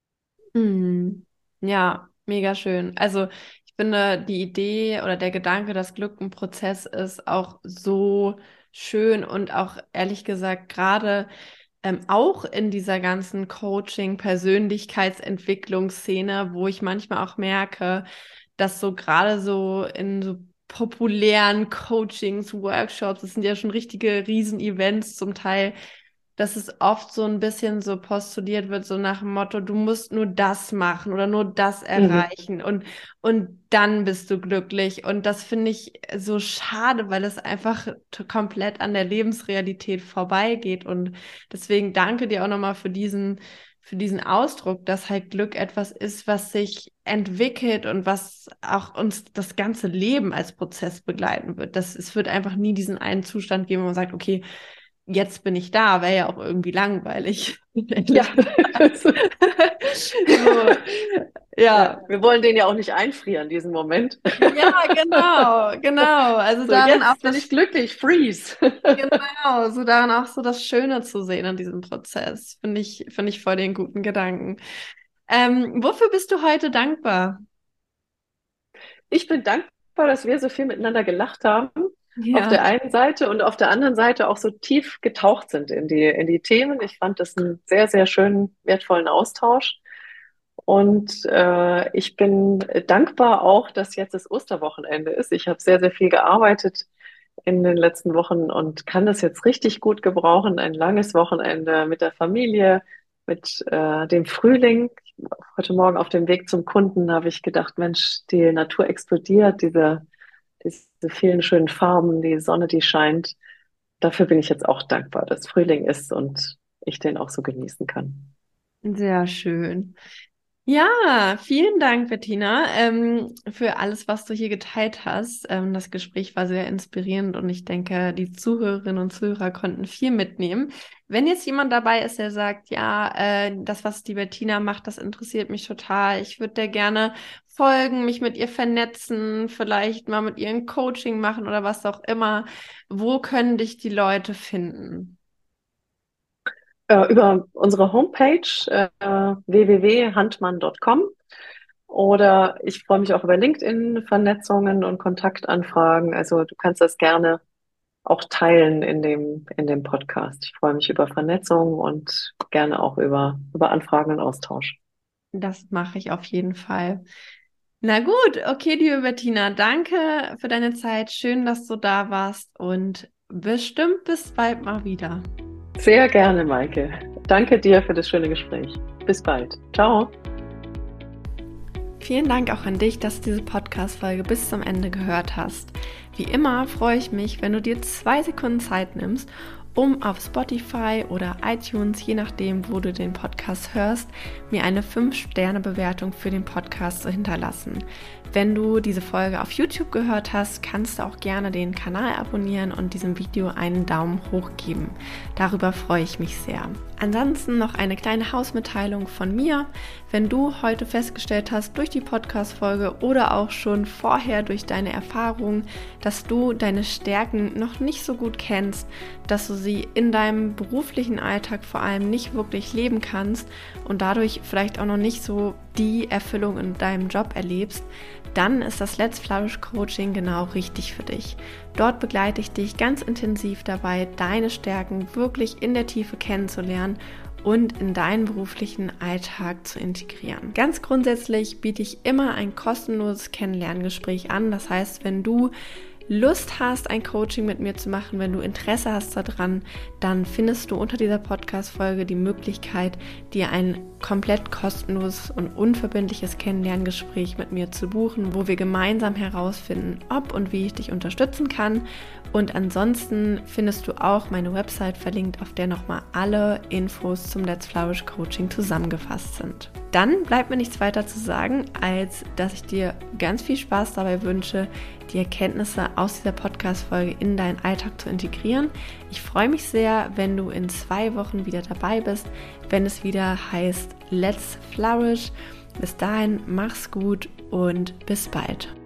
Hm. Ja, mega schön. Also ich finde die Idee oder der Gedanke, dass Glück ein Prozess ist, auch so schön und auch ehrlich gesagt gerade auch in dieser ganzen Coaching, Persönlichkeitsentwicklungsszene, wo ich manchmal auch merke, dass so gerade so in so populären Coachings, Workshops, das sind ja schon richtige Riesenevents zum Teil, dass es oft so ein bisschen so postuliert wird, so nach dem Motto, du musst nur das machen oder nur das
Mhm.
erreichen und dann bist du glücklich. Und das finde ich so schade, weil es einfach komplett an der Lebensrealität vorbeigeht. Und deswegen danke dir auch nochmal für diesen Ausdruck, dass halt Glück etwas ist, was sich entwickelt und was auch uns das ganze Leben als Prozess begleiten wird. Es wird einfach nie diesen einen Zustand geben, wo man sagt, okay, jetzt bin ich da, wäre ja auch irgendwie langweilig,
Ja,
ehrlich gesagt. So,
ja,
ja.
wir wollen den ja auch nicht einfrieren, diesen Moment.
Ja, genau, genau. Also
So,
darin auch
jetzt bin ich glücklich, freeze.
genau, so darin auch so das Schöne zu sehen an diesem Prozess. Finde ich voll den guten Gedanken. Wofür bist du heute dankbar?
Ich bin dankbar, dass wir so viel miteinander gelacht haben. Auf
Ja.
der einen Seite und auf der anderen Seite auch so tief getaucht sind in die Themen. Ich fand das einen sehr, sehr schönen, wertvollen Austausch. Und ich bin dankbar auch, dass jetzt das Osterwochenende ist. Ich habe sehr, sehr viel gearbeitet in den letzten Wochen und kann das jetzt richtig gut gebrauchen. Ein langes Wochenende mit der Familie, mit dem Frühling. Heute Morgen auf dem Weg zum Kunden habe ich gedacht, Mensch, die Natur explodiert, diese vielen schönen Farben, die Sonne, die scheint. Dafür bin ich jetzt auch dankbar, dass Frühling ist und ich den auch so genießen kann.
Sehr schön. Ja, vielen Dank, Bettina, für alles, was du hier geteilt hast. Das Gespräch war sehr inspirierend und ich denke, die Zuhörerinnen und Zuhörer konnten viel mitnehmen. Wenn jetzt jemand dabei ist, der sagt, ja, das, was die Bettina macht, das interessiert mich total. Ich würde der gerne folgen, mich mit ihr vernetzen, vielleicht mal mit ihr ein Coaching machen oder was auch immer. Wo können dich die Leute finden?
Über unsere Homepage www.handmann.com oder ich freue mich auch über LinkedIn-Vernetzungen und Kontaktanfragen. Also du kannst das gerne auch teilen in dem Podcast. Ich freue mich über Vernetzung und gerne auch über Anfragen und Austausch.
Das mache ich auf jeden Fall. Na gut, okay, liebe Bettina, danke für deine Zeit. Schön, dass du da warst und bestimmt bis bald mal wieder.
Sehr gerne, Maike. Danke dir für das schöne Gespräch. Bis bald. Ciao.
Vielen Dank auch an dich, dass du diese Podcast-Folge bis zum Ende gehört hast. Wie immer freue ich mich, wenn du dir 2 Sekunden Zeit nimmst, um auf Spotify oder iTunes, je nachdem, wo du den Podcast hörst, mir eine 5-Sterne-Bewertung für den Podcast zu hinterlassen. Wenn du diese Folge auf YouTube gehört hast, kannst du auch gerne den Kanal abonnieren und diesem Video einen Daumen hoch geben. Darüber freue ich mich sehr. Ansonsten noch eine kleine Hausmitteilung von mir. Wenn du heute festgestellt hast durch die Podcast-Folge oder auch schon vorher durch deine Erfahrungen, dass du deine Stärken noch nicht so gut kennst, dass du sie in deinem beruflichen Alltag vor allem nicht wirklich leben kannst und dadurch vielleicht auch noch nicht so die Erfüllung in deinem Job erlebst, dann ist das Let's Flourish Coaching genau richtig für dich. Dort begleite ich dich ganz intensiv dabei, deine Stärken wirklich in der Tiefe kennenzulernen und in deinen beruflichen Alltag zu integrieren. Ganz grundsätzlich biete ich immer ein kostenloses Kennenlerngespräch an. Das heißt, wenn du Lust hast, ein Coaching mit mir zu machen, wenn du Interesse hast daran, dann findest du unter dieser Podcast-Folge die Möglichkeit, dir ein komplett kostenloses und unverbindliches Kennenlerngespräch mit mir zu buchen, wo wir gemeinsam herausfinden, ob und wie ich dich unterstützen kann. Und ansonsten findest du auch meine Website verlinkt, auf der nochmal alle Infos zum Let's Flourish Coaching zusammengefasst sind. Dann bleibt mir nichts weiter zu sagen, als dass ich dir ganz viel Spaß dabei wünsche, die Erkenntnisse aus dieser Podcast-Folge in deinen Alltag zu integrieren. Ich freue mich sehr, wenn du in 2 Wochen wieder dabei bist, wenn es wieder heißt Let's Flourish. Bis dahin, mach's gut und bis bald.